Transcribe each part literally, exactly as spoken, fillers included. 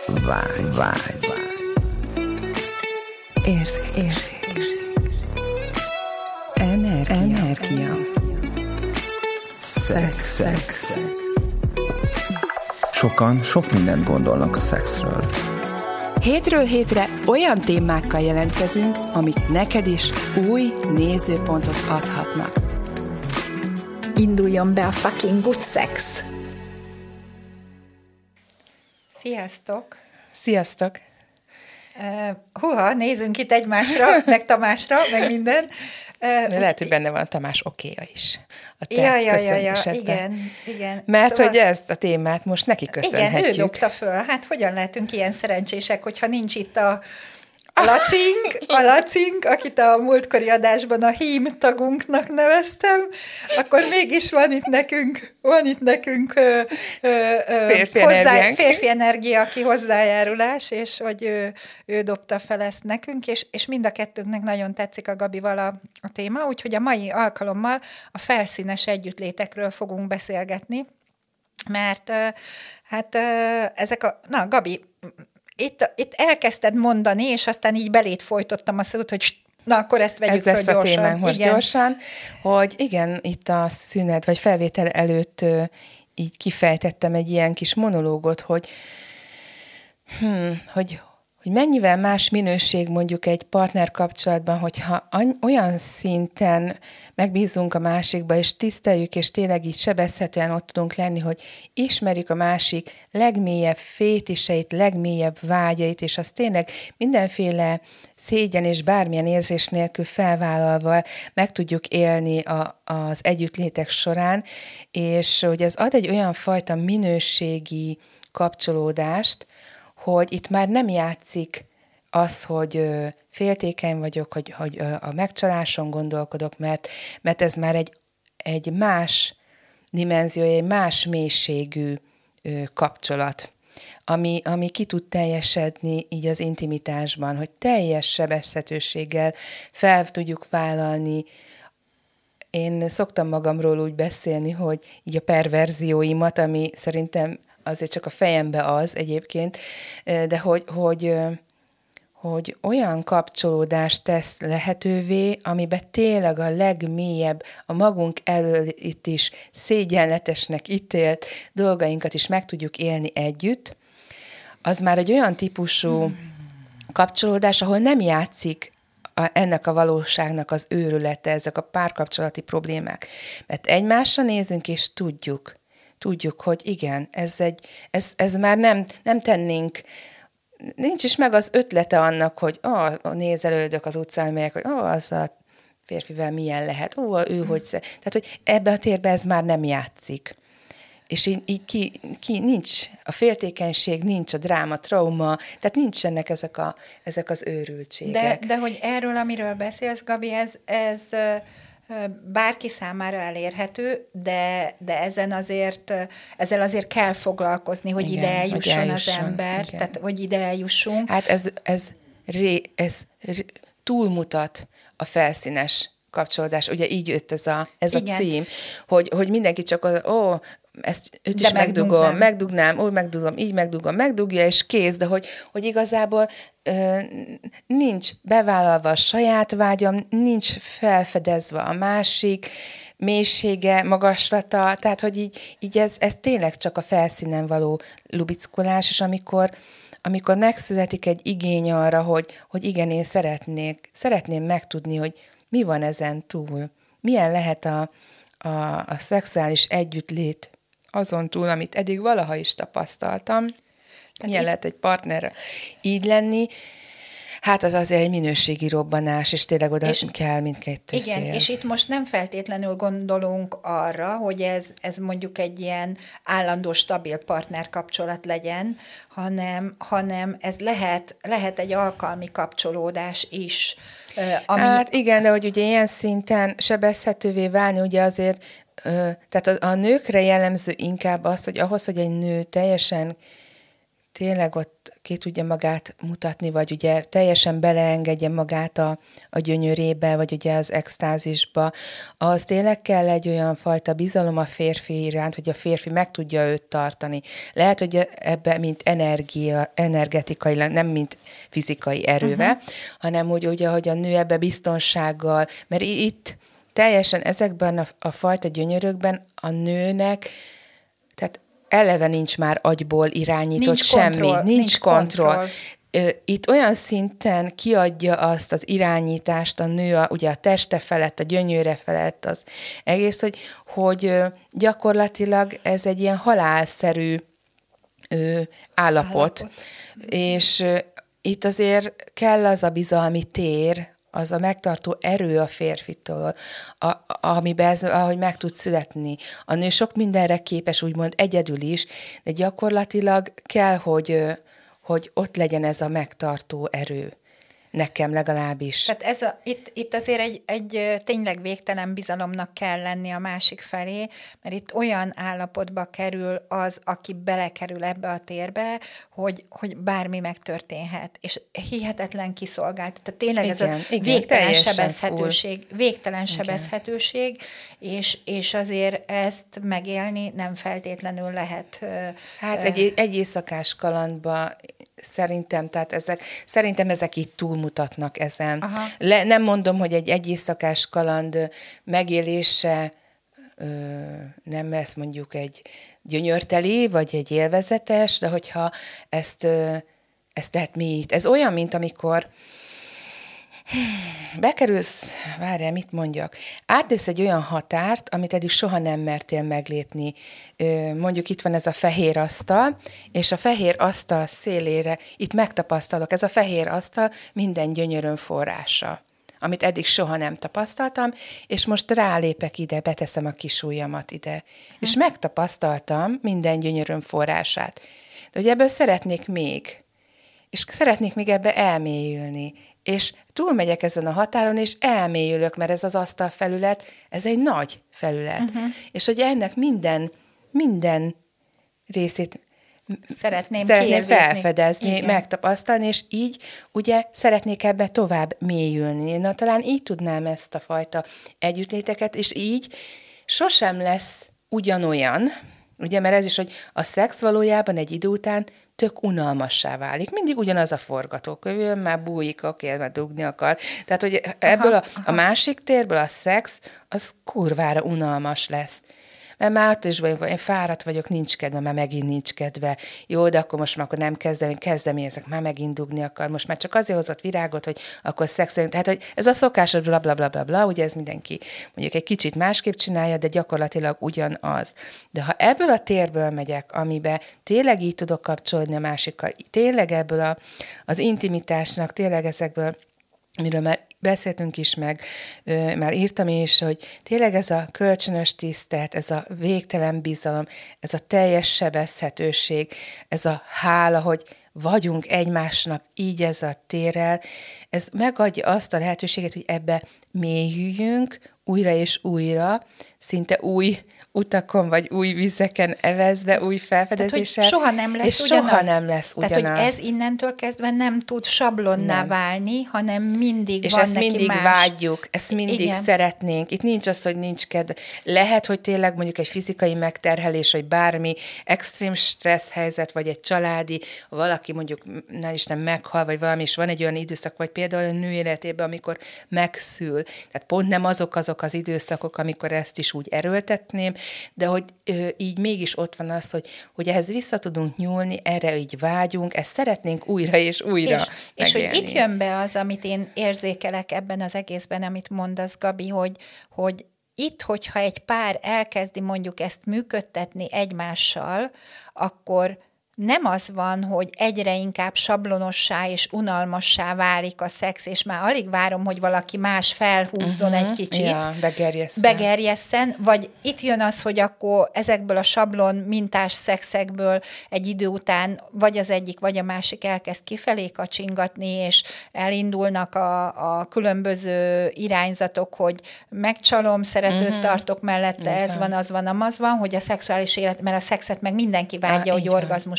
Vágy, vágy, érzék, érzék, energia, energia. Szex, szex. Sokan sok mindent gondolnak a szexről. Hétről hétre olyan témákkal jelentkezünk, amik neked is új nézőpontot adhatnak. Induljon be a fucking good sex! Sziasztok! Sziasztok! Uh, huha, nézzünk itt egymásra, meg Tamásra, meg minden. Uh, Lehet, hogy benne van Tamás okéja is. A te ja, ja, ja, ja, köszönésedben. igen, igen. Mert szóval, hogy ezt a témát most neki köszönhetjük. Igen, ő dobta föl. Hát hogyan lehetünk ilyen szerencsések, hogyha nincs itt a A Lacink, a Lacink, akit a múltkori adásban a hím tagunknak neveztem, akkor mégis van itt nekünk, van itt nekünk ö, ö, ö, férfi, hozzá, energiánk. férfi energia, aki hozzájárulás, és hogy ő, ő dobta fel ezt nekünk, és, és mind a kettőnknek nagyon tetszik a Gabival a, a téma, úgyhogy a mai alkalommal a felszínes együttlétekről fogunk beszélgetni, mert ö, hát ö, ezek a... Na, Gabi... Itt, itt elkezdted mondani, és aztán így belét folytottam a szót, hogy na, akkor ezt vegyük Ez föl lesz gyorsan. a témánk most igen. gyorsan, hogy igen, itt a szünet, vagy felvétel előtt ö, így kifejtettem egy ilyen kis monológot, hogy, hm, hogy, hogy mennyivel más minőség mondjuk egy partner kapcsolatban, hogyha olyan szinten megbízunk a másikba, és tiszteljük, és tényleg így sebezhetően ott tudunk lenni, hogy ismerjük a másik legmélyebb fétiseit, legmélyebb vágyait, és azt tényleg mindenféle szégyen és bármilyen érzés nélkül felvállalva meg tudjuk élni a, az együttlétek során, és hogy ez ad egy olyan fajta minőségi kapcsolódást, hogy itt már nem játszik az, hogy féltékeny vagyok, hogy, hogy a megcsaláson gondolkodok, mert, mert ez már egy, egy más dimenziója, egy más mélységű kapcsolat, ami, ami ki tud teljesedni így az intimitásban, hogy teljes sebezhetőséggel fel tudjuk vállalni. Én szoktam magamról úgy beszélni, hogy így a perverzióimat, ami szerintem azért csak a fejembe az egyébként, de hogy, hogy, hogy olyan kapcsolódást tesz lehetővé, amiben tényleg a legmélyebb, a magunk elől itt is szégyenletesnek ítélt dolgainkat is meg tudjuk élni együtt, az már egy olyan típusú kapcsolódás, ahol nem játszik a, ennek a valóságnak az őrülete, ezek a párkapcsolati problémák. Mert egymásra nézünk, és tudjuk, Tudjuk, hogy igen, ez, egy, ez, ez már nem, nem tennénk, nincs is meg az ötlete annak, hogy ó, nézelődök az utcán, melyek, hogy ó, az a férfivel milyen lehet, ó, ő hogy... Sze... Tehát, hogy ebbe a térbe ez már nem játszik. És így, így ki, ki nincs a féltékenység, nincs a dráma, trauma, tehát nincsenek ezek, a, ezek az őrültségek. De, de hogy erről, amiről beszélsz, Gabi, ez... ez bárki számára elérhető, de, de ezen azért, ezzel azért kell foglalkozni, hogy igen, ide eljusson, hogy eljusson az ember, igen. Tehát hogy ide eljussunk. Hát ez, ez, ré, ez ré, túlmutat a felszínes kapcsolódás. Ugye így jött ez a, ez a cím, hogy, hogy mindenki csak az, ó, ezt őt is megdugom, megdugnám, úgy megdugom, így megdugom, megdugja, és kész, de hogy, hogy igazából ö, nincs bevállalva a saját vágyam, nincs felfedezve a másik mélysége, magaslata, tehát, hogy így, így ez, ez tényleg csak a felszínen való lubickolás, és amikor, amikor megszületik egy igény arra, hogy, hogy igen, én szeretnék, szeretném megtudni, hogy mi van ezen túl, milyen lehet a, a, a szexuális együttlét azon túl, amit eddig valaha is tapasztaltam, tehát milyen itt... lehet egy partnerrel így lenni, hát az azért egy minőségi robbanás, és tényleg oda és kell mindkettő igen, fél. És itt most nem feltétlenül gondolunk arra, hogy ez, ez mondjuk egy ilyen állandó, stabil partnerkapcsolat legyen, hanem, hanem ez lehet, lehet egy alkalmi kapcsolódás is. Ami... Hát igen, de hogy ugye ilyen szinten sebezhetővé válni, ugye azért, tehát a, a nőkre jellemző inkább az, hogy ahhoz, hogy egy nő teljesen tényleg ott ki tudja magát mutatni, vagy ugye teljesen beleengedje magát a, a gyönyörébe, vagy ugye az extázisba, ahhoz tényleg kell egy olyan fajta bizalom a férfi iránt, hogy a férfi meg tudja őt tartani. Lehet, hogy ebbe mint energia, energetikailag, nem mint fizikai erővel, uh-huh. hanem hogy ugye, hogy a nő ebbe biztonsággal, mert itt teljesen ezekben a, a fajta gyönyörökben a nőnek, tehát eleve nincs már agyból irányított nincs semmi, kontroll, nincs, nincs kontroll. kontroll. Itt olyan szinten kiadja azt az irányítást a nő, a, ugye a teste felett, a gyönyöre felett, az egész, hogy, hogy gyakorlatilag ez egy ilyen halálszerű ö, állapot. állapot. És ö, itt azért kell az a bizalmi tér, az a megtartó erő a férfitől, a, a, amiben ez, ahogy meg tud születni. A nő sok mindenre képes, úgymond egyedül is, de gyakorlatilag kell, hogy, hogy ott legyen ez a megtartó erő. Nekem legalábbis. Tehát ez a, itt, itt azért egy, egy tényleg végtelen bizalomnak kell lenni a másik felé, mert itt olyan állapotba kerül az, aki belekerül ebbe a térbe, hogy, hogy bármi megtörténhet, és hihetetlen kiszolgált. Tehát tényleg igen, ez a igen, végtelen sebezhetőség, full. végtelen igen. sebezhetőség, és, és azért ezt megélni nem feltétlenül lehet. Hát egy, egy éjszakás kalandba szerintem, tehát ezek, szerintem ezek itt túlmutatnak ezen. Le, nem mondom, hogy egy egy éjszakás kaland megélése ö, nem lesz mondjuk egy gyönyörteli, vagy egy élvezetes, de hogyha ezt, ö, ezt lehet mélyít. Ez olyan, mint amikor bekerülsz, várjál, mit mondjak, átlépsz egy olyan határt, amit eddig soha nem mertél meglépni. Mondjuk itt van ez a fehér asztal, és a fehér asztal szélére, itt megtapasztalok, ez a fehér asztal minden gyönyöröm forrása, amit eddig soha nem tapasztaltam, és most rálépek ide, beteszem a kis ujjamat ide. Hm. És megtapasztaltam minden gyönyöröm forrását. De hogy ebből szeretnék még, és szeretnék még ebbe elmélyülni, és túlmegyek ezen a határon, és elmélyülök, mert ez az asztalfelület, ez egy nagy felület. Uh-huh. És hogy ennek minden, minden részét szeretném, szeretném felfedezni, igen. megtapasztalni, és így ugye szeretnék ebbe tovább mélyülni. Na, talán így tudnám ezt a fajta együttléteket, és így sosem lesz ugyanolyan, ugye, mert ez is, hogy a szex valójában egy idő után tök unalmassá válik. Mindig ugyanaz a forgatókönyv, jön, már bújik, oké, már dugni akar. Tehát, hogy ebből aha, a, a másik térből a szex, az kurvára unalmas lesz. Mert már ott is vagyok, én fáradt vagyok, nincs kedve, már megint nincs kedve. Jó, de akkor most már akkor nem kezdem, kezdeményezek, már megint dugni akar. Most már csak azért hozott virágot, hogy akkor szexelünk. Tehát, hogy ez a szokásos bla, bla, bla, bla, bla, ugye ez mindenki mondjuk egy kicsit másképp csinálja, de gyakorlatilag ugyanaz. De ha ebből a térből megyek, amiben tényleg így tudok kapcsolódni a másikkal, tényleg ebből a, az intimitásnak, tényleg ezekből, amiről már beszéltünk is, meg ö, már írtam is, hogy tényleg ez a kölcsönös tisztelet, ez a végtelen bizalom, ez a teljes sebezhetőség, ez a hála, hogy vagyunk egymásnak így ez a térrel, ez megadja azt a lehetőséget, hogy ebbe mélyüljünk újra és újra, szinte új utakon, vagy új vizeken evezve, új felfedezéssel. Tehát, soha nem lesz és ugyanaz. soha nem lesz ugyanaz. Tehát, hogy ez innentől kezdve nem tud sablonná nem. válni, hanem mindig és van ezt neki mindig más. vágyjuk, ezt mindig igen. szeretnénk. Itt nincs az, hogy nincs kedve. Lehet, hogy tényleg mondjuk egy fizikai megterhelés, vagy bármi extrém stressz helyzet, vagy egy családi, valaki mondjuk, ne Isten meghal, vagy valami, és van egy olyan időszak, vagy például a nő életében, amikor megszül. Tehát pont nem azok azok az időszakok, amikor ezt is úgy erőltetném, de hogy ö, így mégis ott van az, hogy, hogy ehhez vissza tudunk nyúlni, erre így vágyunk, ezt szeretnénk újra és újra És, és hogy itt jön be az, amit én érzékelek ebben az egészben, amit mondasz, Gabi, hogy, hogy itt, hogyha egy pár elkezdi mondjuk ezt működtetni egymással, akkor nem az van, hogy egyre inkább sablonossá és unalmassá válik a szex, és már alig várom, hogy valaki más felhúzzon uh-huh. egy kicsit. Ja, begerjesszen. Begerjesszen, vagy itt jön az, hogy akkor ezekből a sablon mintás szexekből egy idő után vagy az egyik, vagy a másik elkezd kifelé kacsingatni, és elindulnak a, a különböző irányzatok, hogy megcsalom, szeretőt uh-huh. tartok mellette, uh-huh. ez van, az van, amaz van, hogy a szexuális élet, mert a szexet meg mindenki vágja, ah, hogy orgazmus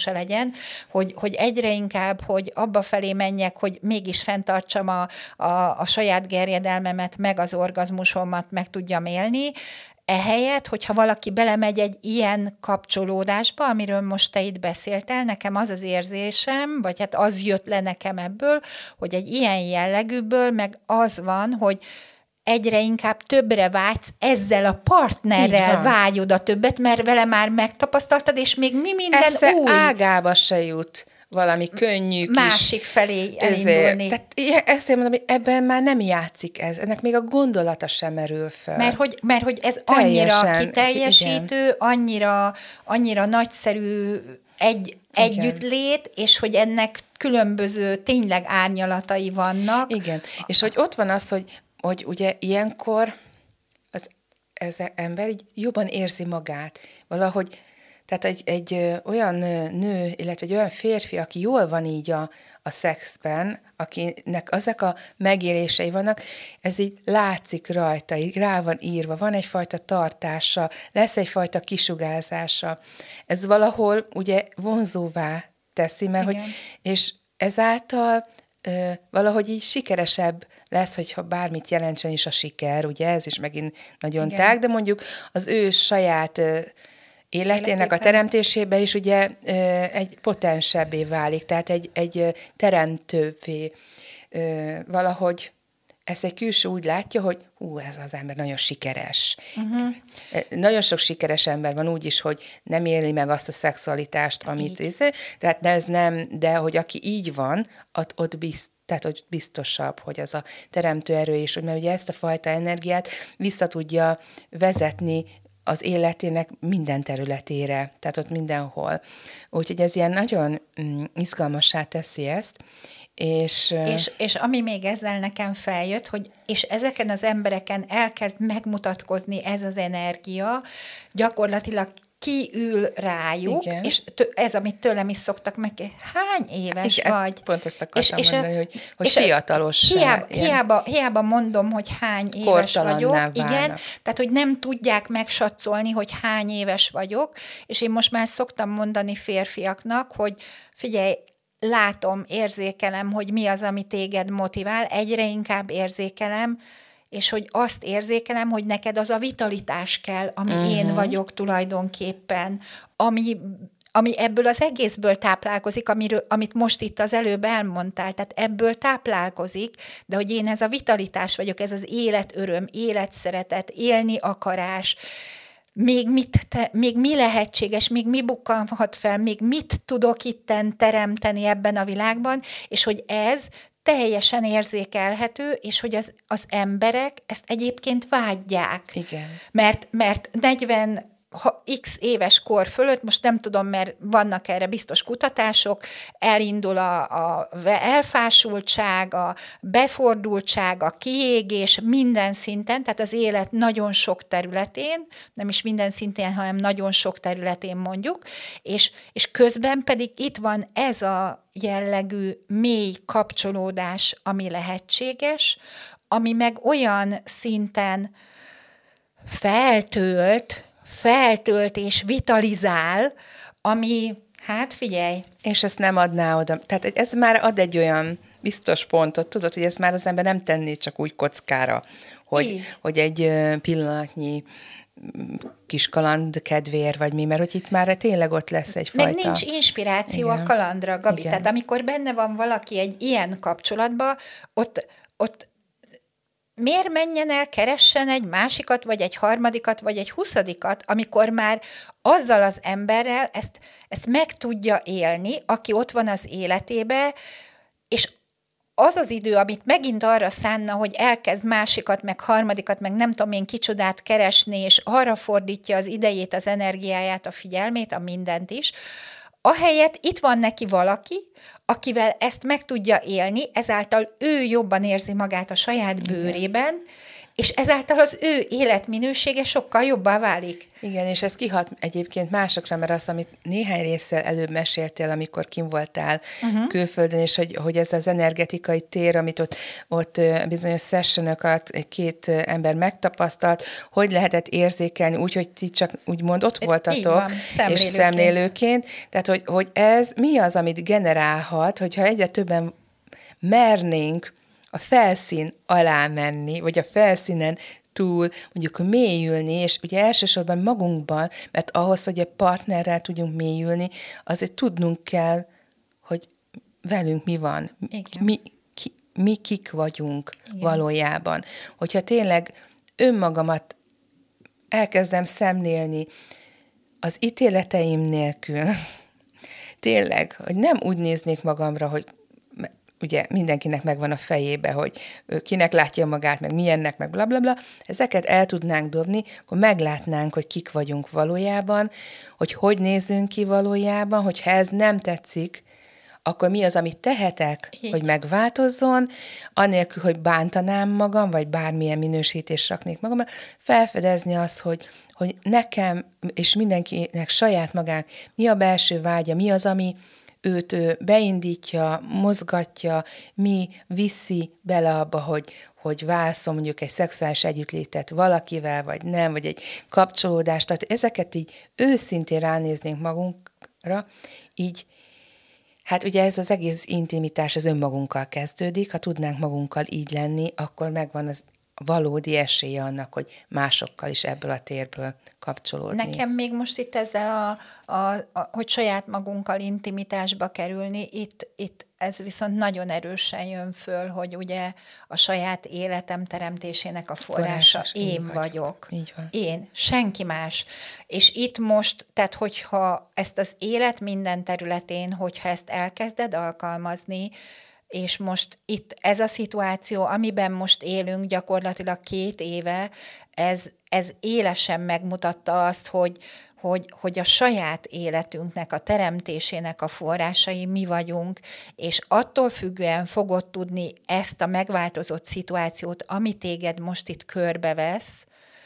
orgazmusa legyen, hogy, hogy egyre inkább, hogy abba felé menjek, hogy mégis fenntartsam a, a, a saját gerjedelmemet, meg az orgazmusomat meg tudjam élni, ehelyett, hogyha valaki belemegy egy ilyen kapcsolódásba, amiről most te itt beszéltél, nekem az az érzésem, vagy hát az jött le nekem ebből, hogy egy ilyen jellegűből meg az van, hogy egyre inkább többre vágysz, ezzel a partnerrel vágyod a többet, mert vele már megtapasztaltad, és még mi minden Esze új. ágába se jut valami könnyű másik kis, felé elindulni. Tehát ezt én mondom, hogy ebben már nem játszik ez. Ennek még a gondolata sem merül fel. Mert hogy, mert hogy ez Teljesen, annyira kiteljesítő, igen. annyira, annyira nagyszerű egy, együttlét, és hogy ennek különböző tényleg árnyalatai vannak. Igen, és hogy ott van az, hogy, hogy ugye ilyenkor az, ez az ember így jobban érzi magát. Valahogy tehát egy, egy ö, olyan nő, illetve egy olyan férfi, aki jól van így a, a szexben, akinek ezek a megélései vannak, ez így látszik rajta, így rá van írva, van egyfajta tartása, lesz egyfajta kisugárzása. Ez valahol ugye vonzóvá teszi, mert hogy, és ezáltal ö, valahogy így sikeresebb lesz, hogyha bármit jelentsen is a siker, ugye ez is megint nagyon igen. tág, de mondjuk az ő saját ö, életének a teremtésébe is ugye egy potensebbé válik, tehát egy, egy teremtővé valahogy ezt egy külső úgy látja, hogy hú, ez az ember nagyon sikeres. Uh-huh. Nagyon sok sikeres ember van úgy is, hogy nem éli meg azt a szexualitást, amit így. Tehát ez nem, de hogy aki így van, ott, ott bizt, tehát hogy biztosabb, hogy az a teremtő erő is, hogy mert ugye ezt a fajta energiát vissza tudja vezetni az életének minden területére, tehát ott mindenhol. Úgyhogy ez ilyen nagyon mm, izgalmassá teszi ezt, és, és... És ami még ezzel nekem feljött, hogy és ezeken az embereken elkezd megmutatkozni ez az energia, gyakorlatilag kiül rájuk, igen. és tő, ez, amit tőlem is szoktak meg, hány éves igen, vagy? Pont ezt akartam és, mondani, és hogy, hogy és fiatalos. Hiába, hiába, hiába mondom, hogy hány éves vagyok. Válnak. Igen, tehát, hogy nem tudják megsatszolni, hogy hány éves vagyok, és én most már szoktam mondani férfiaknak, hogy figyelj, látom, érzékelem, hogy mi az, ami téged motivál, egyre inkább érzékelem, és hogy azt érzékelem, hogy neked az a vitalitás kell, ami uh-huh. én vagyok tulajdonképpen, ami, ami ebből az egészből táplálkozik, amiről, amit most itt az előbb elmondtál, tehát ebből táplálkozik, de hogy én ez a vitalitás vagyok, ez az életöröm, életszeretet, élni akarás, még, mit te, még mi lehetséges, még mi bukkanhat fel, még mit tudok itten teremteni ebben a világban, és hogy ez teljesen érzékelhető, és hogy az, az emberek ezt egyébként vágyják. Igen. Mert, mert negyven x éves kor fölött, most nem tudom, mert vannak erre biztos kutatások, elindul a, a elfásultság, a befordultság, a kiégés minden szinten, tehát az élet nagyon sok területén, nem is minden szintén, hanem nagyon sok területén mondjuk, és, és közben pedig itt van ez a jellegű mély kapcsolódás, ami lehetséges, ami meg olyan szinten feltölt, feltölt és vitalizál, ami, hát figyelj. És ezt nem adná oda. Tehát ez már ad egy olyan biztos pontot, tudod, hogy ezt már az ember nem tenné csak úgy kockára, hogy, hogy egy pillanatnyi kis kaland kedvér, vagy mi, mert hogy itt már tényleg ott lesz egyfajta... Meg nincs inspiráció igen. a kalandra, Gabi. Igen. Tehát amikor benne van valaki egy ilyen kapcsolatban, ott, ott miért menjen el, keressen egy másikat, vagy egy harmadikat, vagy egy huszadikat, amikor már azzal az emberrel ezt, ezt meg tudja élni, aki ott van az életébe, és az az idő, amit megint arra szánna, hogy elkezd másikat, meg harmadikat, meg nem tudom én kicsodát keresni, és arra fordítja az idejét, az energiáját, a figyelmét, a mindent is, ahelyett itt van neki valaki, akivel ezt meg tudja élni, ezáltal ő jobban érzi magát a saját bőrében, és ezáltal az ő életminősége sokkal jobbá válik. Igen, és ez kihat egyébként másokra, mert az, amit néhány résszel előbb meséltél, amikor kim voltál uh-huh. külföldön, és hogy, hogy ez az energetikai tér, amit ott, ott bizonyos sessionokat két ember megtapasztalt, hogy lehetett érzékelni, úgyhogy ti csak úgymond ott voltatok, van, és szemlélőként. Tehát, hogy, hogy ez mi az, amit generálhat, hogyha egyre többen mernénk a felszín alá menni, vagy a felszínen túl mondjuk mélyülni, és ugye elsősorban magunkban, mert ahhoz, hogy a partnerrel tudjunk mélyülni, azért tudnunk kell, hogy velünk mi van, mi, ki, mi kik vagyunk Igen. valójában. Hogyha tényleg önmagamat elkezdem szemlélni az ítéleteim nélkül, tényleg, hogy nem úgy néznék magamra, hogy ugye mindenkinek megvan a fejébe, hogy kinek látja magát, meg milyennek, meg blablabla, bla, bla. Ezeket el tudnánk dobni, akkor meglátnánk, hogy kik vagyunk valójában, hogy hogy nézünk ki valójában, hogyha ez nem tetszik, akkor mi az, amit tehetek, Így. hogy megváltozzon, anélkül, hogy bántanám magam, vagy bármilyen minősítést raknék magamra, felfedezni azt, hogy, hogy nekem és mindenkinek saját magának mi a belső vágya, mi az, ami őt beindítja, mozgatja, mi viszi bele abba, hogy, hogy válaszol mondjuk egy szexuális együttlétet valakivel, vagy nem, vagy egy kapcsolódást. Tehát ezeket így őszintén ránéznénk magunkra, így, hát ugye ez az egész intimitás az önmagunkkal kezdődik, ha tudnánk magunkkal így lenni, akkor megvan az valódi esélye annak, hogy másokkal is ebből a térből kapcsolódni. Nekem még most itt ezzel, a, a, a, hogy saját magunkkal intimitásba kerülni, itt, itt ez viszont nagyon erősen jön föl, hogy ugye a saját életem teremtésének a forrása Forrásos, én vagy. vagyok. Így van. Én, senki más. És itt most, tehát hogyha ezt az élet minden területén, hogyha ezt elkezded alkalmazni, és most itt ez a szituáció, amiben most élünk gyakorlatilag két éve, ez, ez élesen megmutatta azt, hogy, hogy, hogy a saját életünknek, a teremtésének a forrásai mi vagyunk, és attól függően fogod tudni ezt a megváltozott szituációt, ami téged most itt körbevesz,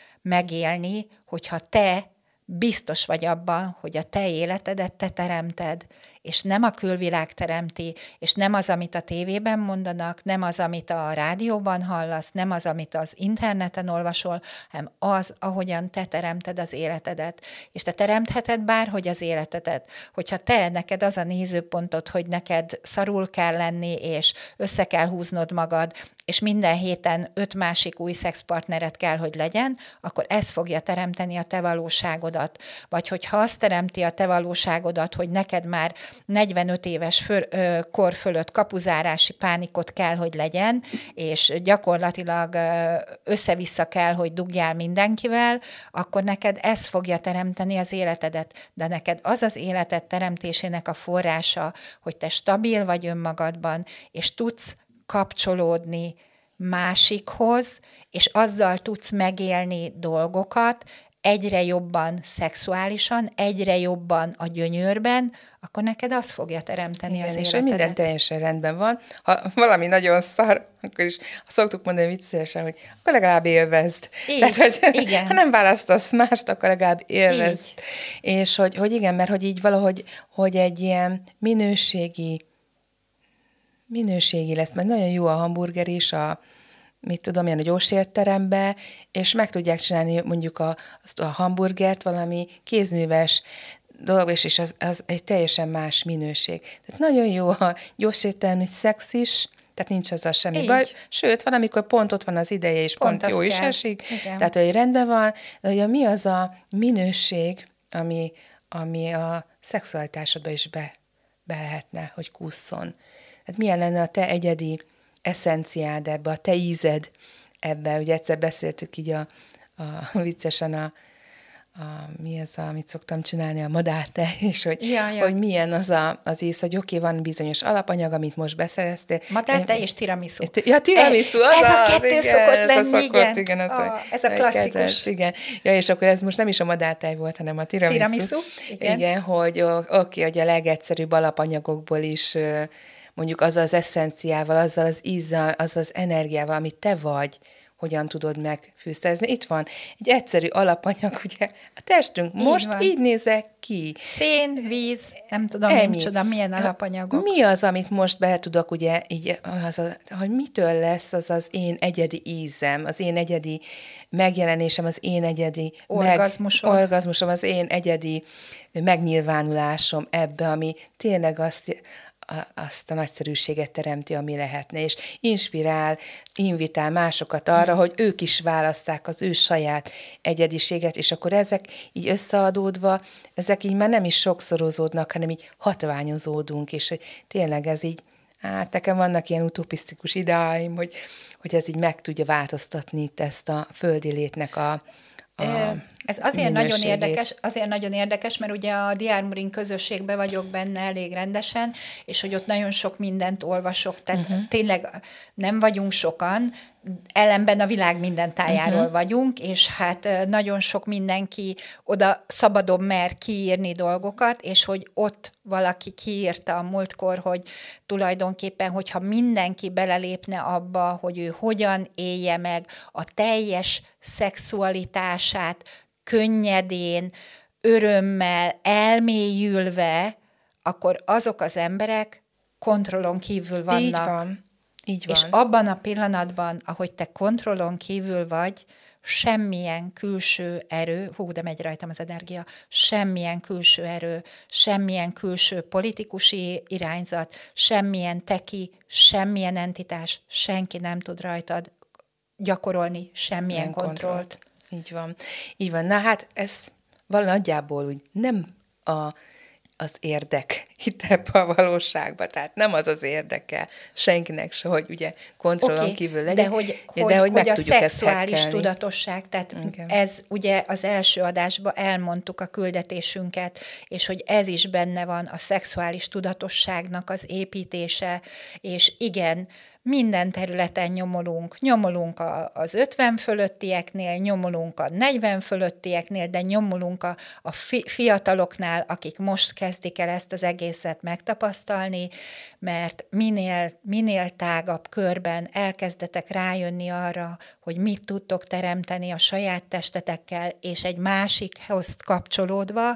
megélni, hogyha te biztos vagy abban, hogy a te életedet te teremted, és nem a külvilág teremti, és nem az, amit a tévében mondanak, nem az, amit a rádióban hallasz, nem az, amit az interneten olvasol, hanem az, ahogyan te teremted az életedet. És te teremtheted bárhogy az életedet. Hogyha te, neked az a nézőpontod, hogy neked szarul kell lenni, és össze kell húznod magad, és minden héten öt másik új szexpartnered kell, hogy legyen, akkor ez fogja teremteni a te valóságodat. Vagy hogyha azt teremti a te valóságodat, hogy neked már negyvenöt éves föl, ö, kor fölött kapuzárási pánikot kell, hogy legyen, és gyakorlatilag ö, össze-vissza kell, hogy dugjál mindenkivel, akkor neked ez fogja teremteni az életedet. De neked az az életed teremtésének a forrása, hogy te stabil vagy önmagadban, és tudsz kapcsolódni másikhoz, és azzal tudsz megélni dolgokat, egyre jobban szexuálisan, egyre jobban a gyönyörben, akkor neked az fogja teremteni Igen, az életedet. És hogy minden teljesen rendben van. Ha valami nagyon szar, akkor is szoktuk mondani viccesen, hogy akkor legalább élvezd. Így, Tehát, hogy igen. Ha nem választasz mást, akkor legalább élvezd. Így. És hogy, hogy igen, mert hogy így valahogy hogy egy ilyen minőségi minőségi lesz, mert nagyon jó a hamburger is, a mit tudom, ilyen a gyorsétterembe, és meg tudják csinálni mondjuk a, azt a hamburgert valami kézműves dolog, és az, az egy teljesen más minőség. Tehát nagyon jó a gyorséttermi szex is, tehát nincs azzal semmi Így. baj. Sőt, van, amikor pont ott van az ideje, és pont, pont jó is esik. Igen. Tehát, hogy rendben van, de hogy mi az a minőség, ami, ami a szexualitásodba is be, be lehetne, hogy kusszon. Tehát milyen lenne a te egyedi eszenciád ebbe, a te ízed ebbe. Ugye egyszer beszéltük így a, a viccesen a, a, mi ez, a, amit szoktam csinálni, a madártej, és hogy, ja, ja. hogy milyen az a, az íz, hogy oké, okay, van bizonyos alapanyag, amit most beszereztél. Madártej és tiramisu. Ja, tiramisu, az Ez az, a kettő igen, szokott ez lenni, a igen. igen az a, ez a klasszikus. Kedvenc, igen. Ja, és akkor ez most nem is a madártej volt, hanem a tiramisu. Tiramisu, igen. Igen, hogy oké, okay, hogy a legegyszerűbb alapanyagokból is mondjuk azzal az eszenciával, azzal az ízzal, azzal az energiával, amit te vagy, hogyan tudod megfűszerezni. Itt van egy egyszerű alapanyag, ugye a testünk Így most van. így nézek ki. Szén, víz, nem tudom, Ennyi. nem csoda, milyen alapanyagok. Mi az, amit most be tudok, ugye, így, az a, hogy mitől lesz az az én egyedi ízem, az én egyedi megjelenésem, az én egyedi Orgazmusod. Meg, orgazmusom, az én egyedi megnyilvánulásom ebbe, ami tényleg azt, a, azt a nagyszerűséget teremti, ami lehetne, és inspirál, invitál másokat arra, hogy ők is választák az ő saját egyediséget, és akkor ezek így összeadódva, ezek így már nem is sokszorozódnak, hanem így hatványozódunk, és hogy tényleg ez így, hát nekem vannak ilyen utopisztikus ideáim, hogy, hogy ez így meg tudja változtatni itt ezt a földi létnek a, a Ez azért nagyon minőségét. érdekes, azért nagyon érdekes, mert ugye a Diármurin közösségben vagyok benne elég rendesen, és hogy ott nagyon sok mindent olvasok, tehát uh-huh. tényleg nem vagyunk sokan, ellenben a világ minden tájáról uh-huh. vagyunk, és hát nagyon sok mindenki oda szabadon mer kiírni dolgokat, és hogy ott valaki kiírta a múltkor, hogy tulajdonképpen, hogyha mindenki belelépne abba, hogy ő hogyan élje meg a teljes szexualitását, könnyedén, örömmel, elmélyülve, akkor azok az emberek kontrollon kívül vannak. Így van. Így van. És abban a pillanatban, ahogy te kontrollon kívül vagy, semmilyen külső erő, hú, de megy rajtam az energia, semmilyen külső erő, semmilyen külső politikusi irányzat, semmilyen teki, semmilyen entitás, senki nem tud rajtad gyakorolni semmilyen Milyen kontrollt. kontrollt. Így van. Így van. Na hát ez valahogy úgy nem a, az érdek itt ebbe a valóságba, tehát nem az az érdeke senkinek se, hogy ugye kontrollon okay, kívül legyen, de hogy, de hogy, hogy, hogy meg a tudjuk szexuális ezt hackelni. tudatosság, tehát Igen. ez ugye az első adásban elmondtuk a küldetésünket, és hogy ez is benne van a szexuális tudatosságnak az építése, és igen, minden területen nyomolunk. Nyomolunk a, az ötven fölöttieknél, nyomolunk a negyven fölöttieknél, de nyomolunk a, a fi, fiataloknál, akik most kezdik el ezt az egészet megtapasztalni, mert minél, minél tágabb körben elkezdetek rájönni arra, hogy mit tudtok teremteni a saját testetekkel, és egy másikhoz kapcsolódva,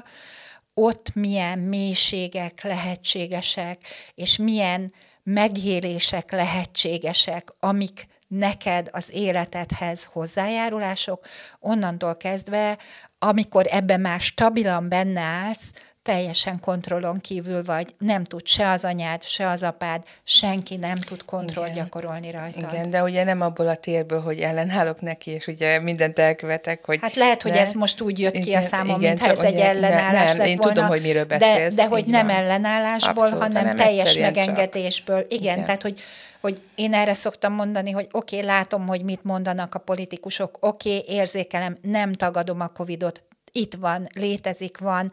ott milyen mélységek lehetségesek, és milyen megélések lehetségesek, amik neked az életedhez hozzájárulások, onnantól kezdve, amikor ebben már stabilan benne állsz, teljesen kontrollon kívül vagy, nem tud se az anyád, se az apád, senki nem tud kontroll Igen. gyakorolni rajtad. Igen, de ugye nem abból a térből, hogy ellenállok neki, és ugye mindent elkövetek, hogy... Hát lehet, hogy ne, ez most úgy jött ki igen, a számom, igen, mintha ez egy ugye, ellenállás nem, lett én volna. tudom, hogy miről beszélsz. De, de hogy nem van. ellenállásból, Abszolút, hanem, hanem teljes egyszerűen megengedésből. Igen, Igen. tehát, hogy, hogy én erre szoktam mondani, hogy oké, okay, látom, hogy mit mondanak a politikusok, oké, okay, érzékelem, nem tagadom a Covidot, itt van, létezik, van,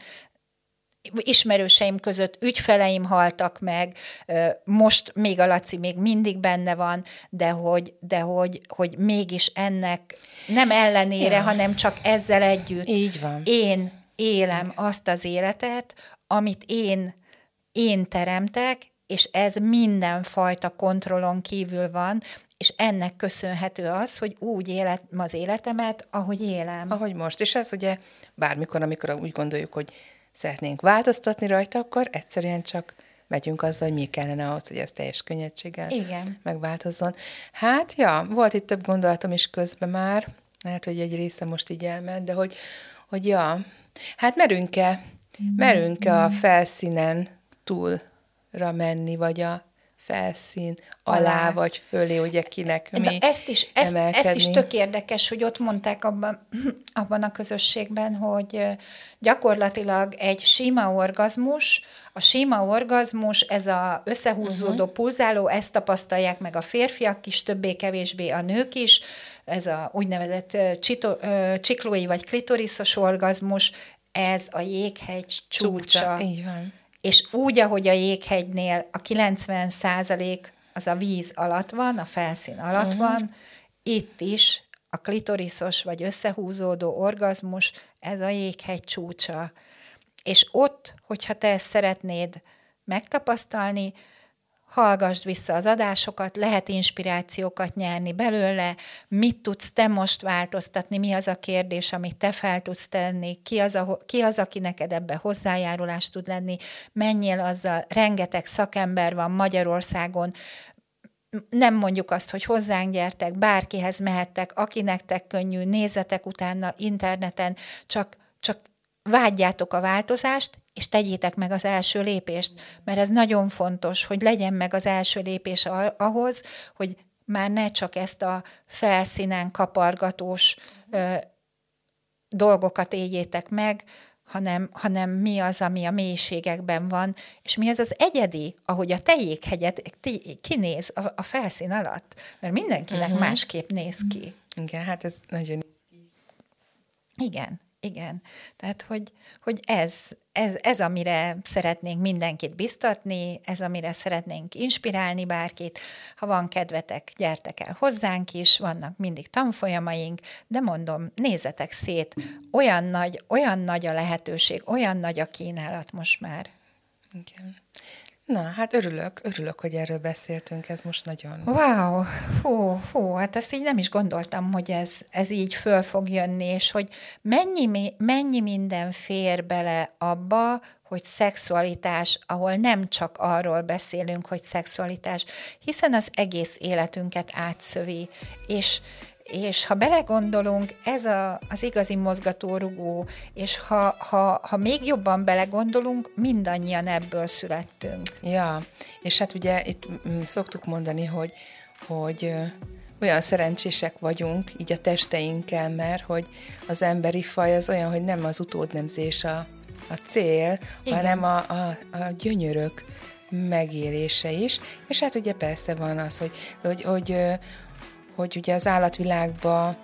ismerőseim között ügyfeleim haltak meg, most még a Laci még mindig benne van, de hogy, de hogy, hogy mégis ennek nem ellenére, ja. hanem csak ezzel együtt Így van. én élem azt az életet, amit én, én teremtek, és ez mindenfajta kontrollon kívül van, és ennek köszönhető az, hogy úgy élem az életemet, ahogy élem. Ahogy most. És ez ugye bármikor, amikor úgy gondoljuk, hogy szeretnénk változtatni rajta, akkor egyszerűen csak megyünk azzal, hogy mi kellene ahhoz, hogy ez teljes könnyedséggel Igen. megváltozzon. Hát, ja, volt itt több gondolatom is közben már, lehet, hogy egy része most így elment, de hogy, hogy ja, hát merünk-e, merünk-e a felszínen túlra menni, vagy a felszín alá, alá, vagy fölé, ugye kinek mi De ezt is, ezt, ezt is tök érdekes, hogy ott mondták abban, abban a közösségben, hogy gyakorlatilag egy sima orgazmus, a sima orgazmus, ez a összehúzódó, uh-huh. pulzáló, ezt tapasztalják meg a férfiak is, többé-kevésbé a nők is, ez a úgynevezett csito, csiklói vagy klitoriszos orgazmus, ez a jéghegy csúcsa. csúcsa. Így van. És úgy, ahogy a jéghegynél a kilencven százalék az a víz alatt van, a felszín alatt uh-huh. van, itt is a klitoriszos vagy összehúzódó orgazmus, ez a jéghegy csúcsa. És ott, hogyha te ezt szeretnéd megtapasztalni, hallgassd vissza az adásokat, lehet inspirációkat nyerni belőle, mit tudsz te most változtatni, mi az a kérdés, amit te fel tudsz tenni, ki az, a, ki az aki neked ebbe hozzájárulást tud lenni, menjél azzal, rengeteg szakember van Magyarországon, nem mondjuk azt, hogy hozzánk gyertek, bárkihez mehettek, aki nektek könnyű, nézzetek utána interneten, csak, csak vágyjátok a változást, és tegyétek meg az első lépést, mert ez nagyon fontos, hogy legyen meg az első lépés ahhoz, hogy már ne csak ezt a felszínen kapargatós ö, dolgokat éljétek meg, hanem, hanem mi az, ami a mélységekben van, és mi az az egyedi, ahogy a te jéghegyed kinéz a, a felszín alatt, mert mindenkinek uh-huh. másképp néz ki. Igen, hát ez nagyon... Igen. Igen, tehát hogy, hogy ez, ez, ez, amire szeretnénk mindenkit biztatni, ez, amire szeretnénk inspirálni bárkit. Ha van kedvetek, gyertek el hozzánk is, vannak mindig tanfolyamaink, de mondom, nézzetek szét, olyan nagy, olyan nagy a lehetőség, olyan nagy a kínálat most már. Igen. Na, hát örülök, örülök, hogy erről beszéltünk, ez most nagyon... Wow, hú, hú, hát ezt így nem is gondoltam, hogy ez, ez így föl fog jönni, és hogy mennyi, mennyi minden fér bele abba, hogy szexualitás, ahol nem csak arról beszélünk, hogy szexualitás, hiszen az egész életünket átszövi, és És ha belegondolunk, ez a, az igazi mozgatórugó, és ha, ha, ha még jobban belegondolunk, mindannyian ebből születtünk. Ja, és hát ugye itt szoktuk mondani, hogy, hogy olyan szerencsések vagyunk így a testeinkkel, mert hogy az emberi faj az olyan, hogy nem az utódnemzés a, a cél, igen, hanem a, a, a gyönyörök megélése is. És hát ugye persze van az, hogy, hogy, hogy hogy ugye az állatvilágban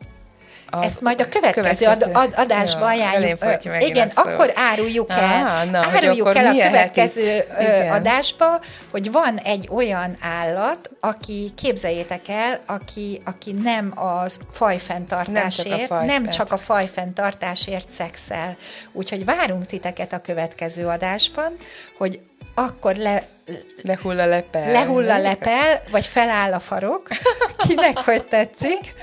a Ezt majd a következő, következő ad, adásban ajánljuk. Igen, akkor áruljuk el, ah, na, áruljuk el a következő adásba, hogy van egy olyan állat, aki, képzeljétek el, aki, aki nem a fajfenntartásért, nem, nem csak a fajfenntartásért szexel. Úgyhogy várunk titeket a következő adásban, hogy akkor le, lehull a lepel. Lehull a lepel, vagy feláll a farok, kinek hogy tetszik,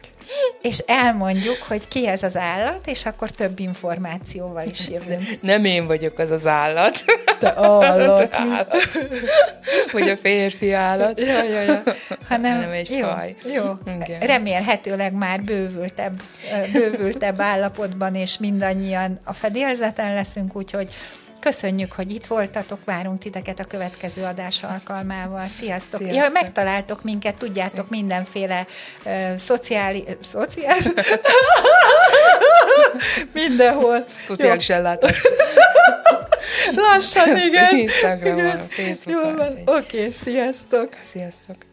és elmondjuk, hogy ki ez az állat, és akkor több információval is jövünk. Nem én vagyok az az állat. Te állat. állat. Vagy a férfi állat. Ja, ja, ja. Hanem, hanem egy jó, faj. Jó. Remélhetőleg már bővültebb, bővültebb állapotban, és mindannyian a fedélzeten leszünk, úgyhogy köszönjük, hogy itt voltatok, várunk titeket a következő adás alkalmával. Sziasztok! Sziasztok. Ja, megtaláltok minket, tudjátok, mindenféle uh, szociális... Uh, szociális? Mindenhol. Szociális ellátás. Lassan, igen. Instagramon, Facebookon. Oké, okay, sziasztok! Sziasztok!